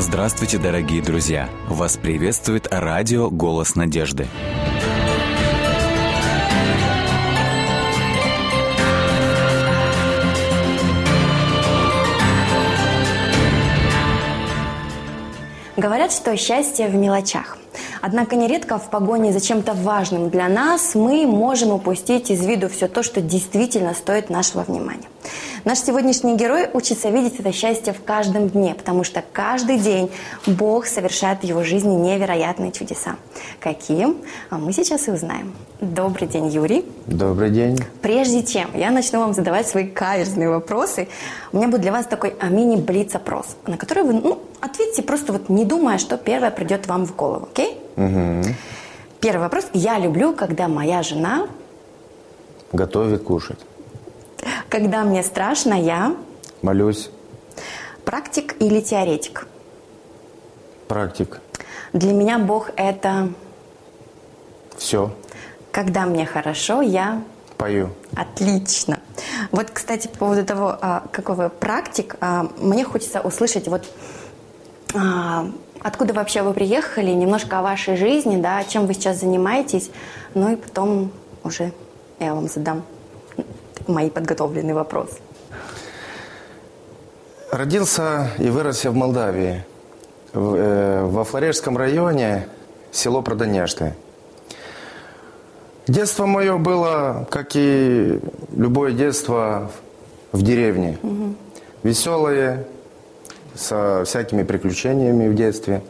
Здравствуйте, дорогие друзья! Вас приветствует радио «Голос надежды». Говорят, что счастье в мелочах. Однако нередко в погоне за чем-то важным для нас мы можем упустить из виду все то, что действительно стоит нашего внимания. Наш сегодняшний герой учится видеть это счастье в каждом дне, потому что каждый день Бог совершает в его жизни невероятные чудеса. Какие? А мы сейчас и узнаем. Добрый день, Юрий. Добрый день. Прежде чем я начну вам задавать свои каверзные вопросы, у меня будет для вас такой мини-блиц-опрос, на который вы ответьте просто не думая, что первое придет вам в голову, окей? Угу. Первый вопрос. Я люблю, когда моя жена готовит кушать. Когда мне страшно, я молюсь. Практик или теоретик? Практик. Для меня Бог – это все. Когда мне хорошо, я пою. Отлично. Вот, кстати, по поводу того, какой вы практик, мне хочется услышать откуда вообще вы приехали, немножко о вашей жизни, да, чем вы сейчас занимаетесь, и потом уже я вам задам мои подготовленные вопросы. Родился и вырос я в Молдавии, во Флорешском районе, село Продонежты. Детство мое было, как и любое детство, в деревне. Угу. Веселое, со всякими приключениями в детстве.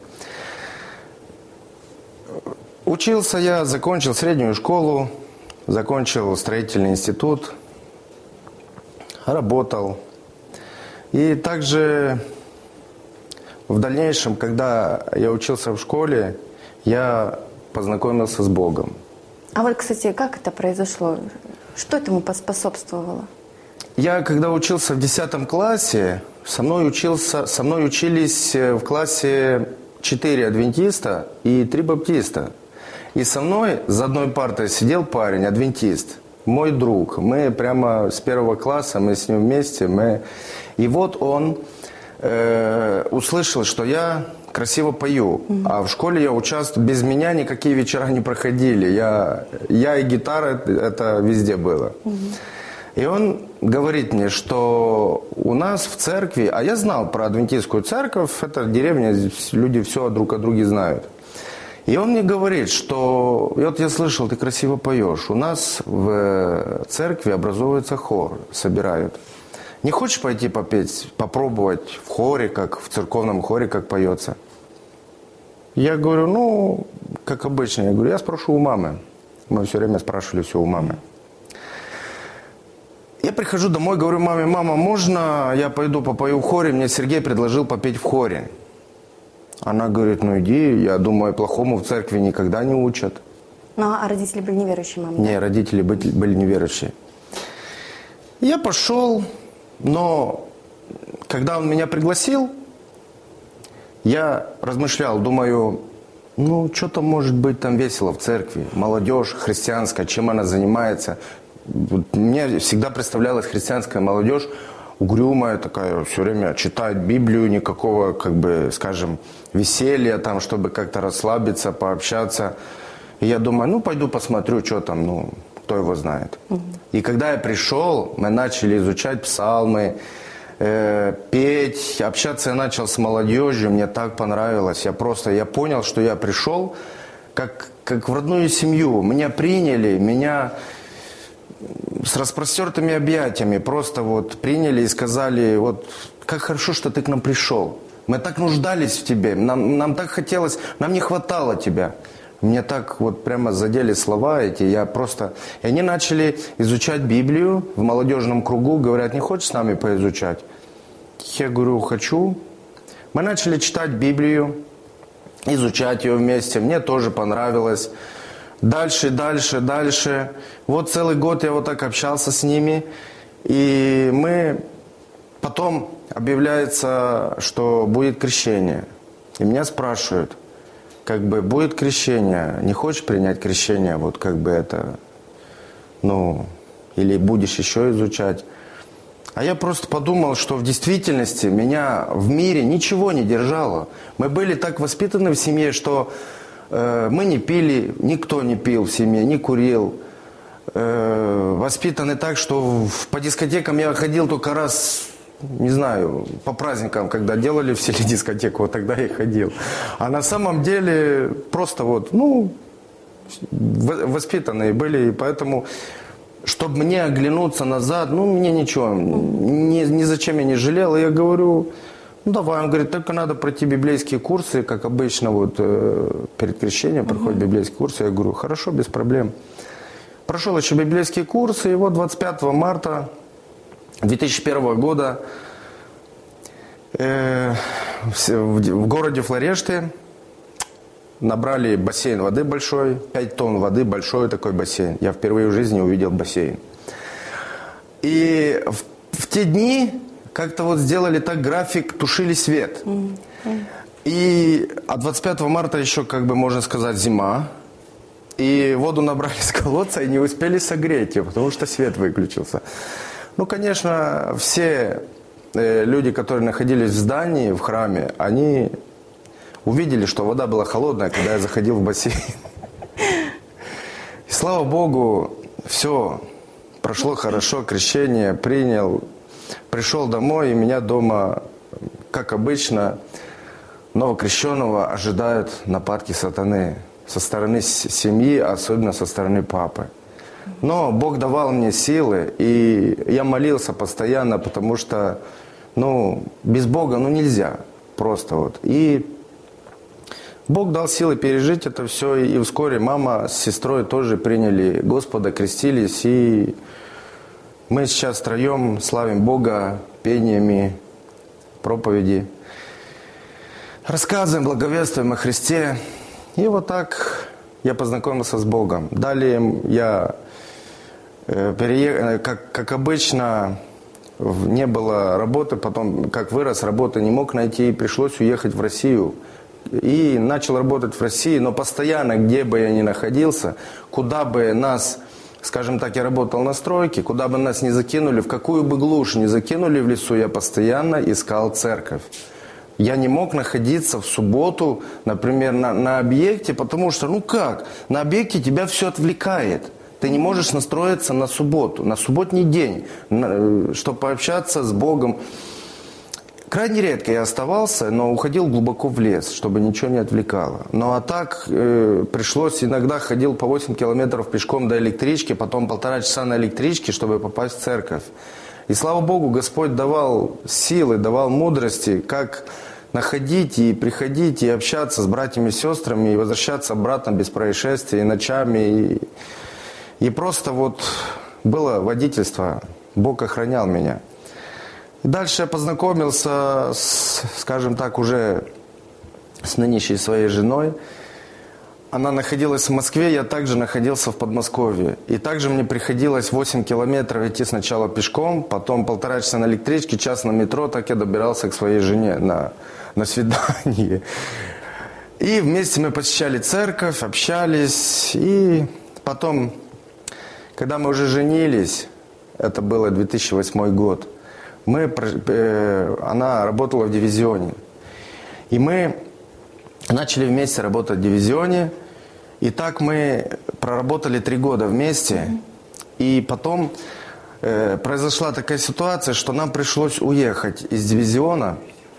Учился я, закончил среднюю школу, закончил строительный институт, работал. И также в дальнейшем, когда я учился в школе, я познакомился с Богом. А вот, кстати, как это произошло? Что этому поспособствовало? Я, когда учился в 10 классе, со мной учились в классе 4 адвентиста и 3 баптиста. И со мной за одной партой сидел парень, адвентист, мой друг. Мы прямо с 1 класса, мы с ним вместе. И вот он услышал, что я красиво пою. А в школе я участвовал, без меня никакие вечера не проходили. Я и гитара, это везде было. И он говорит мне, что у нас в церкви, а я знал про адвентистскую церковь, это деревня, люди все друг о друге знают. И он мне говорит, что, и вот я слышал, ты красиво поешь, у нас в церкви образовывается хор, собирают. Не хочешь пойти попеть, попробовать в хоре, как в церковном хоре, как поется? Я говорю, как обычно, я говорю, я спрошу у мамы. Мы все время спрашивали все у мамы. Я прихожу домой, говорю маме, мама, можно я пойду попою в хоре? Мне Сергей предложил попеть в хоре. Она говорит, иди, я думаю, плохому в церкви никогда не учат. А родители были неверующие, мама? Не, родители были неверующие. Я пошел, но когда он меня пригласил, я размышлял, думаю, что-то может быть там весело в церкви. Молодежь христианская, чем она занимается. Мне всегда представлялась христианская молодежь угрюмая такая, все время читает Библию, никакого, веселья там, чтобы как-то расслабиться, пообщаться. И я думаю, пойду посмотрю, что там, кто его знает. И когда я пришел, мы начали изучать псалмы, петь, общаться я начал с молодежью, мне так понравилось. Я понял, что я пришел как в родную семью. Меня приняли, меня с распростертыми объятиями просто приняли и сказали, как хорошо, что ты к нам пришел. Мы так нуждались в тебе, нам так хотелось, нам не хватало тебя. Мне так прямо задели слова эти, и они начали изучать Библию в молодежном кругу, говорят, не хочешь с нами поизучать? Я говорю, хочу. Мы начали читать Библию, изучать ее вместе, мне тоже понравилось. Дальше. Целый год я так общался с ними. И потом объявляется, что будет крещение. И меня спрашивают, будет крещение, не хочешь принять крещение, или будешь еще изучать. А я просто подумал, что в действительности меня в мире ничего не держало. Мы были так воспитаны в семье, что мы не пили, никто не пил в семье, не курил. Воспитаны так, что по дискотекам я ходил только раз, не знаю, по праздникам, когда делали в селе дискотеку, вот тогда я ходил. А на самом деле просто вот, ну, воспитанные были, и поэтому, чтобы мне оглянуться назад, ну, мне ничего, ни зачем я не жалел. И я говорю, ну, давай, он говорит, только надо пройти библейские курсы, как обычно, вот перед крещением проходят библейские курсы. Я говорю, хорошо, без проблем. Прошел еще библейские курсы, и вот 25 марта 2001 года в городе Флорешты набрали бассейн воды большой, 5 тонн воды, большой такой бассейн. Я впервые в жизни увидел бассейн. И в те дни как-то вот сделали так график, тушили свет. И 25 марта еще, как бы можно сказать, зима. И воду набрали с колодца и не успели согреть ее, потому что свет выключился. Ну, конечно, все люди, которые находились в здании, в храме, они увидели, что вода была холодная, когда я заходил в бассейн. И слава Богу, все прошло хорошо, крещение принял. Пришел домой, и меня дома, как обычно, новокрещенного ожидают нападки сатаны. Со стороны семьи, особенно со стороны папы. Но Бог давал мне силы, и я молился постоянно, потому что, ну, без Бога, ну, нельзя просто вот. И Бог дал силы пережить это все, и вскоре мама с сестрой тоже приняли Господа, крестились, и мы сейчас втроем славим Бога пениями, проповеди, рассказываем, благовествуем о Христе. И вот так я познакомился с Богом. Далее я переехал, как обычно, не было работы, потом, как вырос, работы не мог найти, и пришлось уехать в Россию. И начал работать в России, но постоянно, где бы я ни находился, куда бы нас, скажем так, я работал на стройке, куда бы нас ни закинули, в какую бы глушь ни закинули в лесу, я постоянно искал церковь. Я не мог находиться в субботу, например, на объекте, потому что, ну как, на объекте тебя все отвлекает. Ты не можешь настроиться на субботу, на субботний день, чтобы пообщаться с Богом. Крайне редко я оставался, но уходил глубоко в лес, чтобы ничего не отвлекало. Ну а так пришлось, иногда ходил по 8 километров пешком до электрички, потом 1,5 часа на электричке, чтобы попасть в церковь. И слава Богу, Господь давал силы, давал мудрости, как находить и приходить, и общаться с братьями и сестрами, и возвращаться обратно без происшествий, и ночами. И просто вот было водительство, Бог охранял меня. И дальше я познакомился, скажем так, уже с нынешней своей женой. Она находилась в Москве, я также находился в Подмосковье. И также мне приходилось 8 километров идти сначала пешком, потом 1,5 часа на электричке, час на метро, так я добирался к своей жене на свидание. И вместе мы посещали церковь, общались. И потом, когда мы уже женились, это было 2008 год, она работала в дивизионе. И мы начали вместе работать в дивизионе. И так мы проработали 3 года вместе. И потом произошла такая ситуация, что нам пришлось уехать из дивизиона.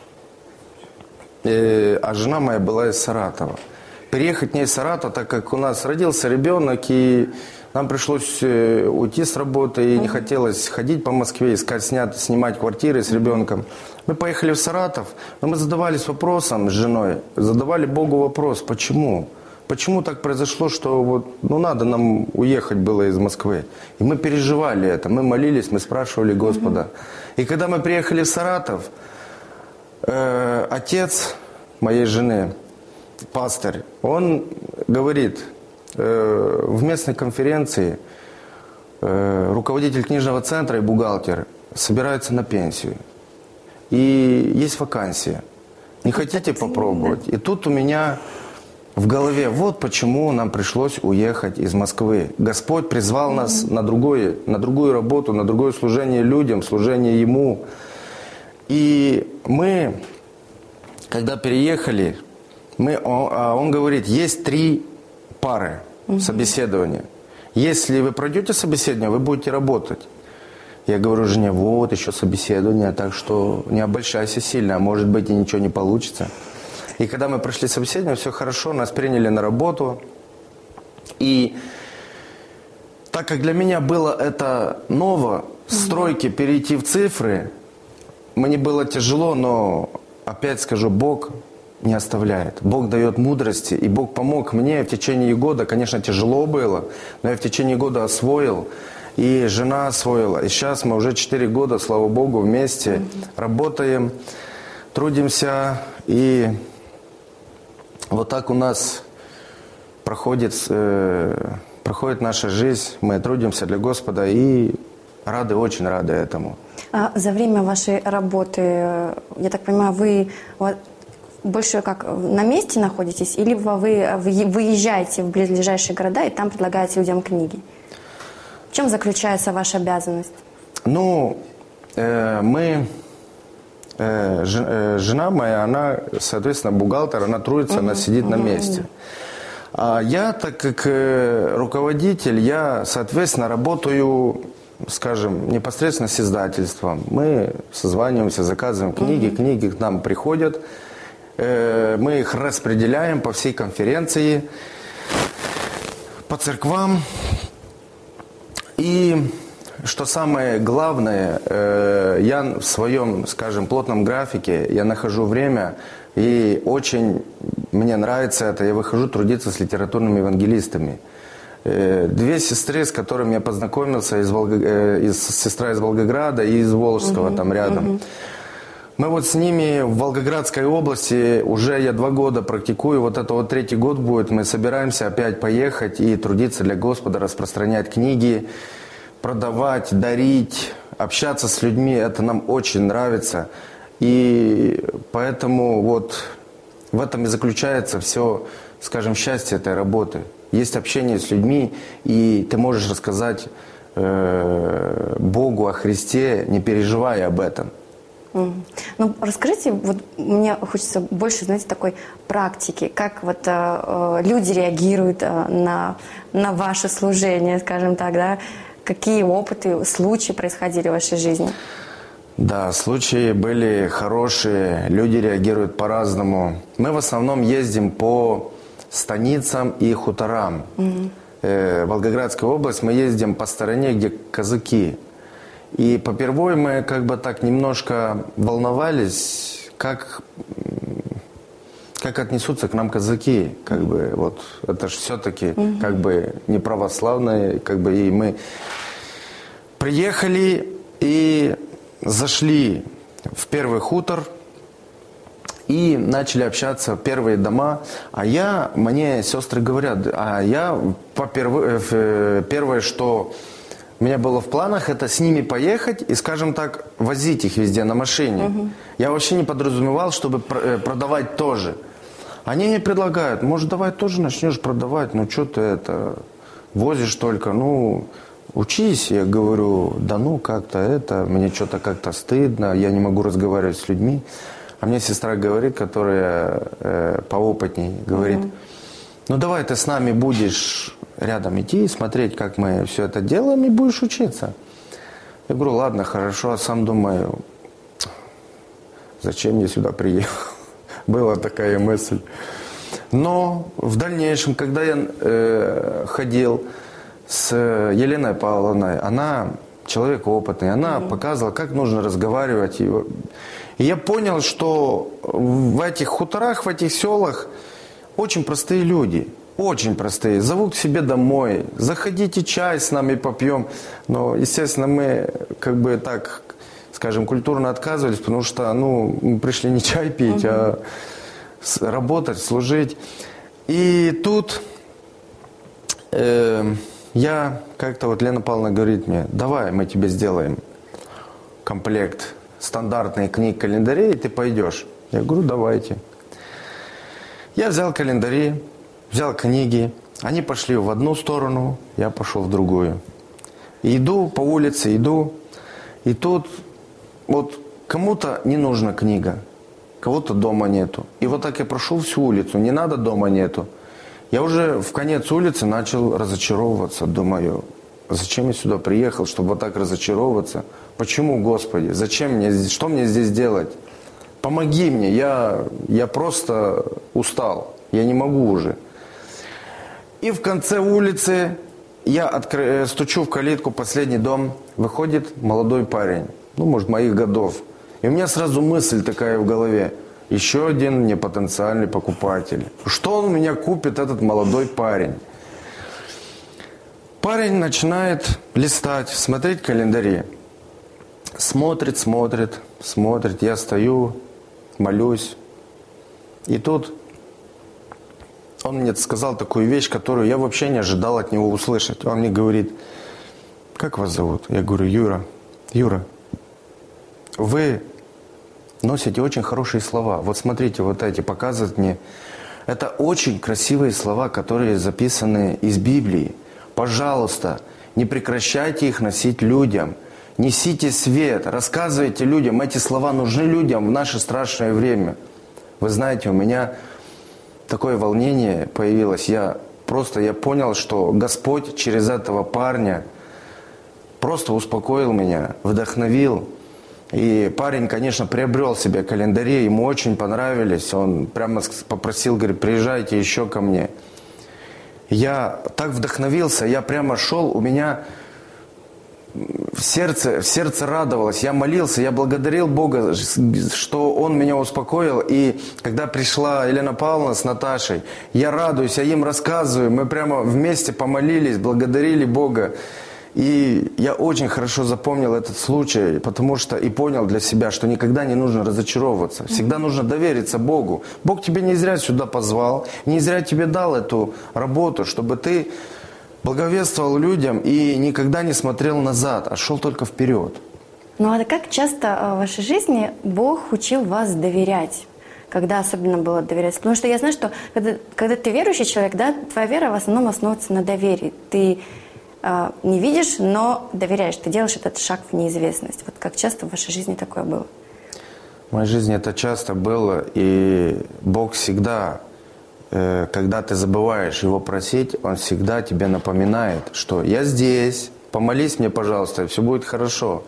А жена моя была из Саратова. Переехать не из Саратова, так как у нас родился ребенок, и нам пришлось уйти с работы, и не хотелось ходить по Москве, искать, снимать квартиры с ребенком. Мы поехали в Саратов, но мы задавались вопросом с женой, задавали Богу вопрос, почему? Почему так произошло, что вот, ну, надо нам уехать было из Москвы? И мы переживали это, мы молились, мы спрашивали Господа. И когда мы приехали в Саратов, отец моей жены, пастырь, он говорит, в местной конференции руководитель книжного центра и бухгалтер собираются на пенсию. И есть вакансия. Не хотите попробовать? И тут у меня в голове, вот почему нам пришлось уехать из Москвы. Господь призвал нас на другую работу, на другое служение людям, служение Ему. И мы, когда переехали, он говорит, есть 3 пары собеседования. Если вы пройдете собеседование, вы будете работать. Я говорю жене, вот еще собеседование, так что не обольщайся сильно, а может быть и ничего не получится. И когда мы прошли собеседование, все хорошо, нас приняли на работу. И так как для меня было это ново, с тройки перейти в цифры, мне было тяжело, но опять скажу, Бог не оставляет. Бог дает мудрости, и Бог помог мне в течение года. Конечно, тяжело было, но я в течение года освоил, и жена освоила. И сейчас мы уже 4 года, слава Богу, вместе работаем, трудимся, и вот так у нас проходит наша жизнь. Мы трудимся для Господа и очень рады этому. А за время вашей работы, я так понимаю, вы больше как на месте находитесь, или вы выезжаете в близлежащие города и там предлагаете людям книги? В чем заключается ваша обязанность? Жена моя, она, соответственно, бухгалтер, она трудится, она сидит на месте. А я, так как руководитель, я, соответственно, работаю, скажем, непосредственно с издательством. Мы созваниваемся, заказываем книги к нам приходят, мы их распределяем по всей конференции, по церквам. И что самое главное, я в своем, скажем, плотном графике, я нахожу время, и очень мне нравится это, я выхожу трудиться с литературными евангелистами. 2 сестры, с которыми я познакомился, сестра из Волгограда и из Волжского, там рядом. Мы вот с ними в Волгоградской области, уже я 2 года практикую, вот это вот 3-й год будет, мы собираемся опять поехать и трудиться для Господа, распространять книги, продавать, дарить, общаться с людьми, это нам очень нравится. И поэтому вот в этом и заключается все, скажем, счастье этой работы. Есть общение с людьми, и ты можешь рассказать Богу о Христе, не переживая об этом. Ну, расскажите, вот мне хочется больше, знаете, такой практики, как вот люди реагируют на ваше служение, скажем так, да? Какие опыты, случаи происходили в вашей жизни? Да, случаи были хорошие, люди реагируют по-разному. Мы в основном ездим по станицам и хуторам. Волгоградская область, мы ездим по стороне, где казаки. И попервой мы как бы так немножко волновались, как отнесутся к нам казаки. Как бы, вот, это же все-таки как бы не православные, как бы, и мы приехали и зашли в первый хутор и начали общаться в первые дома. Мне сестры говорят, первое, что у меня было в планах, это с ними поехать и, скажем так, возить их везде на машине. Я вообще не подразумевал, чтобы продавать тоже. Они мне предлагают, может, давай тоже начнешь продавать, ну что ты это, возишь только, ну, учись. Я говорю, да ну как-то это, мне что-то как-то стыдно, я не могу разговаривать с людьми. А мне сестра говорит, которая поопытней, говорит, ну давай ты с нами будешь рядом идти, смотреть, как мы все это делаем, и будешь учиться. Я говорю, ладно, хорошо, а сам думаю, зачем я сюда приехал? Была такая мысль. Но в дальнейшем, когда я ходил с Еленой Павловной, она человек опытный, она показывала, как нужно разговаривать. И я понял, что в этих хуторах, в этих селах очень простые люди. Очень простые. Зовут к себе домой. Заходите, чай с нами попьем. Но, естественно, мы как бы так, скажем, культурно отказывались, потому что, мы пришли не чай пить, а работать, служить. И тут я как-то, вот Лена Павловна говорит мне, давай мы тебе сделаем комплект стандартных книг, календарей, и ты пойдешь. Я говорю, давайте. Я взял календари, взял книги. Они пошли в одну сторону, я пошел в другую. И иду по улице, иду. И тут вот кому-то не нужна книга, кого-то дома нету. И вот так я прошел всю улицу, не надо, дома нету. Я уже в конец улицы начал разочаровываться. Думаю, зачем я сюда приехал, чтобы вот так разочаровываться? Почему, Господи? Зачем мне здесь? Что мне здесь делать? Помоги мне, я просто устал. Я не могу уже. И в конце улицы я стучу в калитку, последний дом. Выходит молодой парень, может, моих годов. И у меня сразу мысль такая в голове. Еще один непотенциальный покупатель. Что он у меня купит, этот молодой парень? Парень начинает листать, смотреть календари. Смотрит. Я стою, молюсь. И тут он мне сказал такую вещь, которую я вообще не ожидал от него услышать. Он мне говорит: как вас зовут? Я говорю: Юра. Юра, вы носите очень хорошие слова. Вот смотрите, вот эти, показывают мне. Это очень красивые слова, которые записаны из Библии. Пожалуйста, не прекращайте их носить людям. Несите свет, рассказывайте людям. Эти слова нужны людям в наше страшное время. Вы знаете, у меня такое волнение появилось. Я понял, что Господь через этого парня просто успокоил меня, вдохновил. И парень, конечно, приобрел себе календари, ему очень понравились. Он прямо попросил, говорит: приезжайте еще ко мне. Я так вдохновился, я прямо шел, у меня в сердце радовалось. Я молился, я благодарил Бога, что Он меня успокоил. И когда пришла Елена Павловна с Наташей, я радуюсь, я им рассказываю. Мы прямо вместе помолились, благодарили Бога. И я очень хорошо запомнил этот случай, потому что и понял для себя, что никогда не нужно разочаровываться. Всегда нужно довериться Богу. Бог тебя не зря сюда позвал, не зря тебе дал эту работу, чтобы ты благовествовал людям и никогда не смотрел назад, а шел только вперед. Ну а как часто в вашей жизни Бог учил вас доверять? Когда особенно было доверять? Потому что я знаю, что когда ты верующий человек, да, твоя вера в основном основывается на доверии. Ты не видишь, но доверяешь. Ты делаешь этот шаг в неизвестность. Вот как часто в вашей жизни такое было? В моей жизни это часто было. И Бог всегда, когда ты забываешь Его просить, Он всегда тебе напоминает, что я здесь, помолись мне, пожалуйста, и все будет хорошо.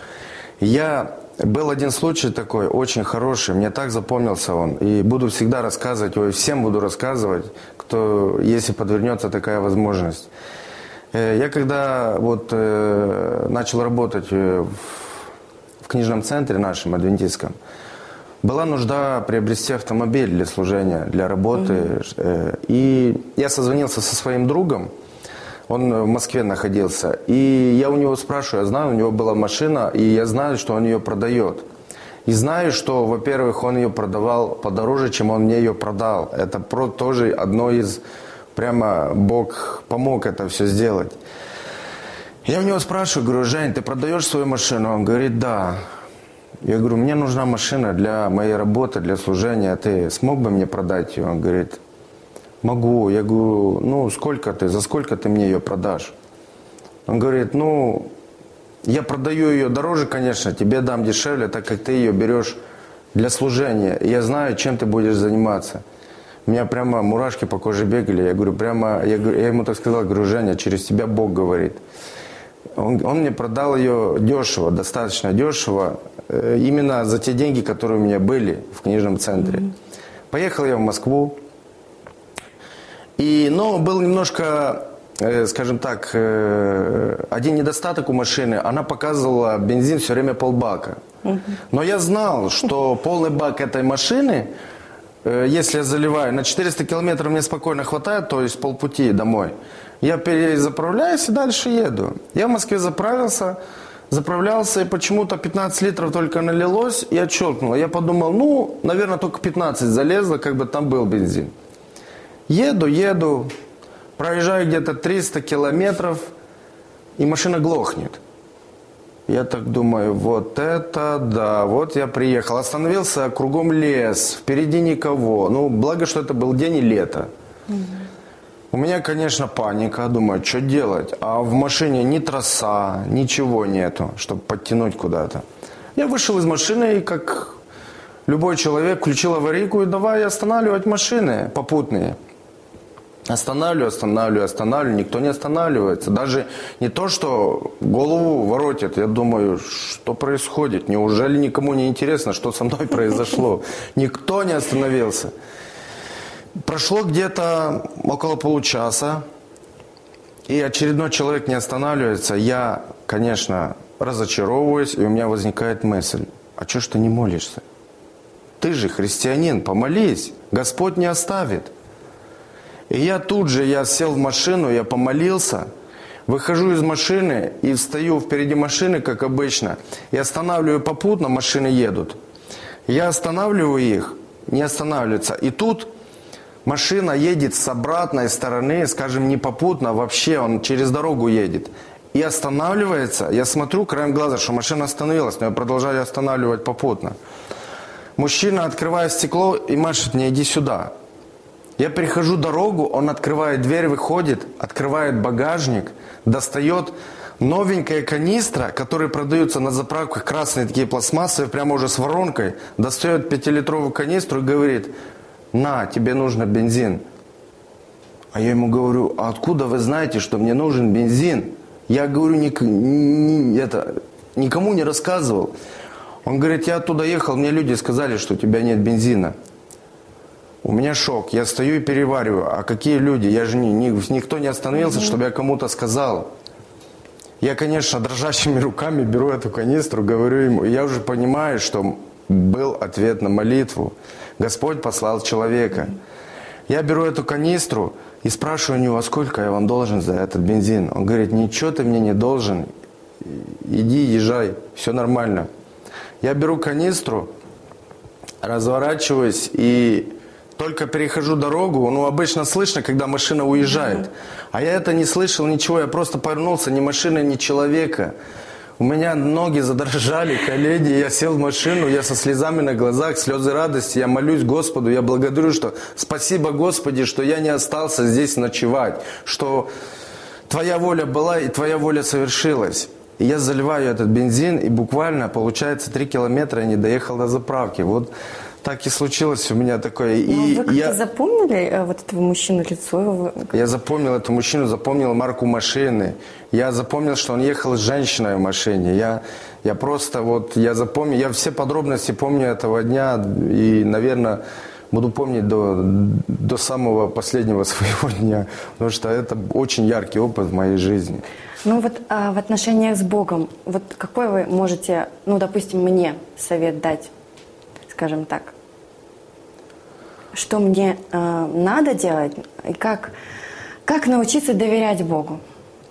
Был один случай такой, очень хороший, мне так запомнился он. И буду всегда рассказывать, всем буду рассказывать, если подвернется такая возможность. Я когда начал работать в книжном центре нашем, адвентистском, была нужда приобрести автомобиль для служения, для работы. И я созвонился со своим другом, он в Москве находился. И я у него спрашиваю, я знаю, у него была машина, и я знаю, что он ее продает. И знаю, что, во-первых, он ее продавал подороже, чем он мне ее продал. Это тоже одно из... Прямо Бог помог это все сделать. Я у него спрашиваю, говорю: Жень, ты продаешь свою машину? Он говорит: да. Я говорю: мне нужна машина для моей работы, для служения. Ты смог бы мне продать ее? Он говорит: могу. Я говорю: за сколько ты мне ее продашь? Он говорит: я продаю ее дороже, конечно, тебе дам дешевле, так как ты ее берешь для служения. И я знаю, чем ты будешь заниматься. У меня прямо мурашки по коже бегали. Я ему так сказал, говорю: Женя, через тебя Бог говорит. Он мне продал ее дешево, достаточно дешево, именно за те деньги, которые у меня были в книжном центре. Поехал я в Москву. Но был немножко, скажем так, один недостаток у машины. Она показывала бензин все время полбака. Но я знал, что полный бак этой машины... Если я заливаю на 400 километров, мне спокойно хватает, то есть полпути домой. Я перезаправляюсь и дальше еду. Я в Москве заправлялся, и почему-то 15 литров только налилось, и отщелкнуло. Я подумал, наверное, только 15 залезло, как бы там был бензин. Еду, проезжаю где-то 300 километров, и машина глохнет. Я так думаю, вот это да, вот я приехал. Остановился, кругом лес, впереди никого. Благо, что это был день и лето. У меня, конечно, паника. Думаю, что делать? А в машине ни троса, ничего нету, чтобы подтянуть куда-то. Я вышел из машины и, как любой человек, включил аварийку и давай останавливать машины попутные. Останавливаю, никто не останавливается. Даже не то, что голову воротит. Я думаю, что происходит? Неужели никому не интересно, что со мной произошло? Никто не остановился. Прошло где-то около получаса, и очередной человек не останавливается. Я, конечно, разочаровываюсь, и у меня возникает мысль: а что ж ты не молишься? Ты же христианин, помолись, Господь не оставит. И я сел в машину, я помолился, выхожу из машины и встаю впереди машины, как обычно, и останавливаю попутно, машины едут. Я останавливаю их, не останавливаются. И тут машина едет с обратной стороны, скажем, не попутно, вообще он через дорогу едет. И останавливается, я смотрю краем глаза, что машина остановилась, но я продолжаю останавливать попутно. Мужчина открывает стекло и машет мне: иди сюда. Я перехожу дорогу, он открывает дверь, выходит, открывает багажник, достает новенькая канистра, которые продаются на заправках, красные такие пластмассовые, прямо уже с воронкой, достает 5-литровую канистру и говорит: на, тебе нужно бензин. А я ему говорю: а откуда вы знаете, что мне нужен бензин? Я говорю, никому не рассказывал. Он говорит: я оттуда ехал, мне люди сказали, что у тебя нет бензина. У меня шок, я стою и перевариваю. А какие люди? Я же никто не остановился, чтобы я кому-то сказал. Я, конечно, дрожащими руками беру эту канистру, говорю ему. И я уже понимаю, что был ответ на молитву. Господь послал человека. Я беру эту канистру и спрашиваю у него: а сколько я вам должен за этот бензин? Он говорит: ничего ты мне не должен. Иди, езжай, все нормально. Я беру канистру, разворачиваюсь и только перехожу дорогу. Ну, обычно слышно, когда машина уезжает. А я это не слышал, ничего. Я просто повернулся, ни машины, ни человека. У меня ноги задрожали, колени. Я сел в машину, я со слезами на глазах, слезы радости. Я молюсь Господу, я благодарю, что спасибо, Господи, что я не остался здесь ночевать. Что Твоя воля была и Твоя воля совершилась. И я заливаю этот бензин, и буквально, получается, 3 километра я не доехал до заправки. Вот так и случилось у меня такое. И вы как-то запомнили вот этого мужчину, лицо его? Я запомнил эту мужчину, запомнил марку машины. Я запомнил, что он ехал с женщиной в машине. Я просто я запомнил, я все подробности помню этого дня. И, наверное, буду помнить до самого последнего своего дня. Потому что это очень яркий опыт в моей жизни. Ну вот в отношениях с Богом, вот какой вы можете, допустим, мне совет дать? Скажем так, что мне надо делать и как научиться доверять Богу?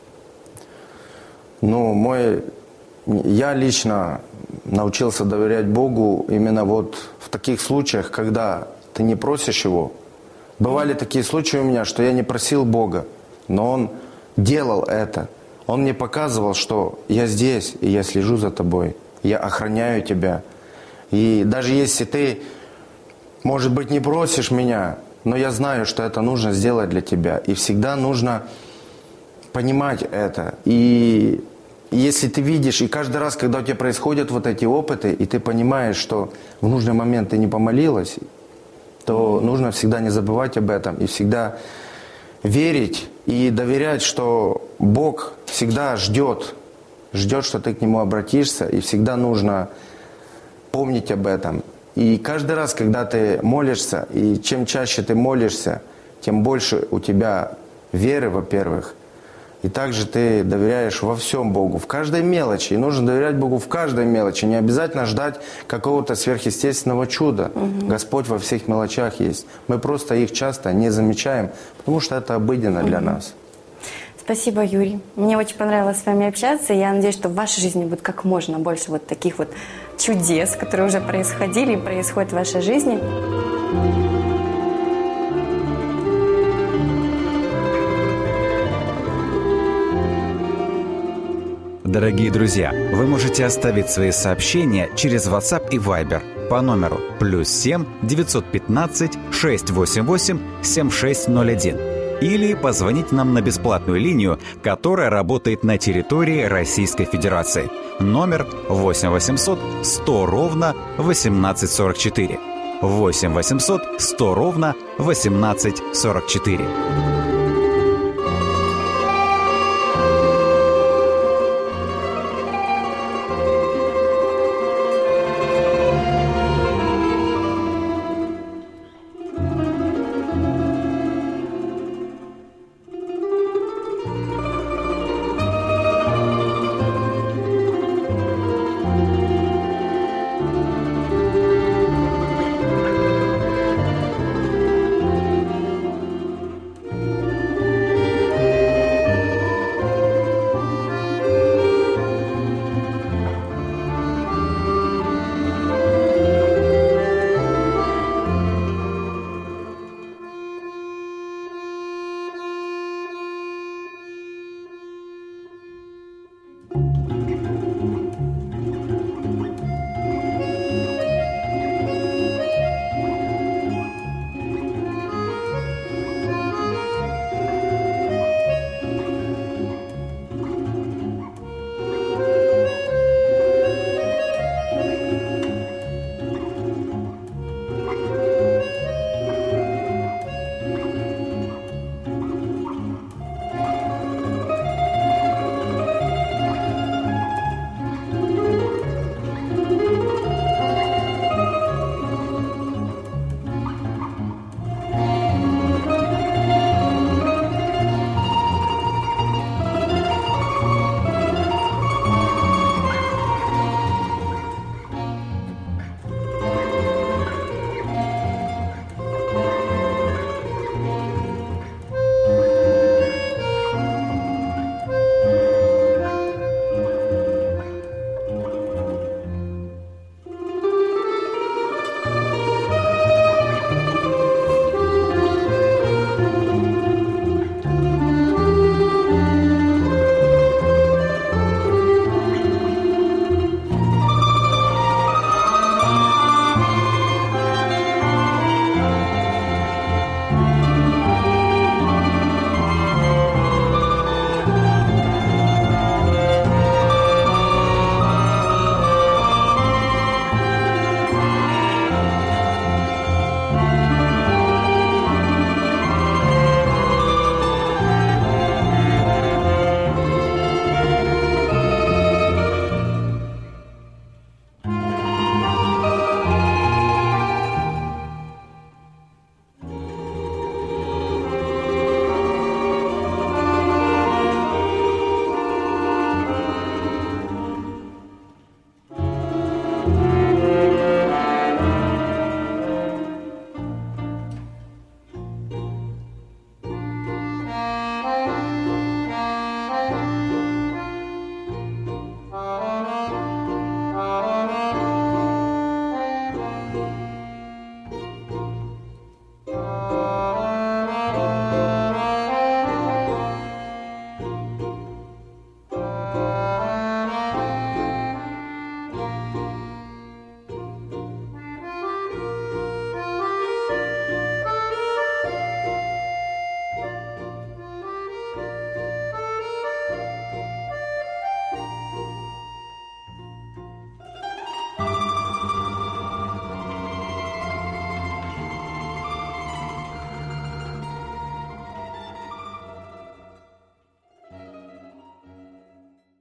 Я лично научился доверять Богу именно вот в таких случаях, когда ты не просишь Его. Бывали такие случаи у меня, что я не просил Бога, но Он делал это. Он мне показывал, что я здесь, и я слежу за тобой, я охраняю тебя. И даже если ты, может быть, не просишь меня, но я знаю, что это нужно сделать для тебя. И всегда нужно понимать это. И если ты видишь, и каждый раз, когда у тебя происходят вот эти опыты, и ты понимаешь, что в нужный момент ты не помолилась, то нужно всегда не забывать об этом и всегда верить и доверять, что Бог всегда ждет, что ты к Нему обратишься, и всегда нужно помнить об этом. И каждый раз, когда ты молишься, и чем чаще ты молишься, тем больше у тебя веры, во-первых. И также ты доверяешь во всем Богу, в каждой мелочи. И нужно доверять Богу в каждой мелочи. Не обязательно ждать какого-то сверхъестественного чуда. Господь во всех мелочах есть. Мы просто их часто не замечаем, потому что это обыденно для нас. Спасибо, Юрий. Мне очень понравилось с вами общаться. Я надеюсь, что в вашей жизни будет как можно больше вот таких вот чудес, которые уже происходили и происходят в вашей жизни. Дорогие друзья, вы можете оставить свои сообщения через WhatsApp и Viber. по номеру +7 915 688 7601 или позвонить нам на бесплатную линию, которая работает на территории Российской Федерации. Номер 8 800 100 ровно 1844. 8 800 100 ровно 1844.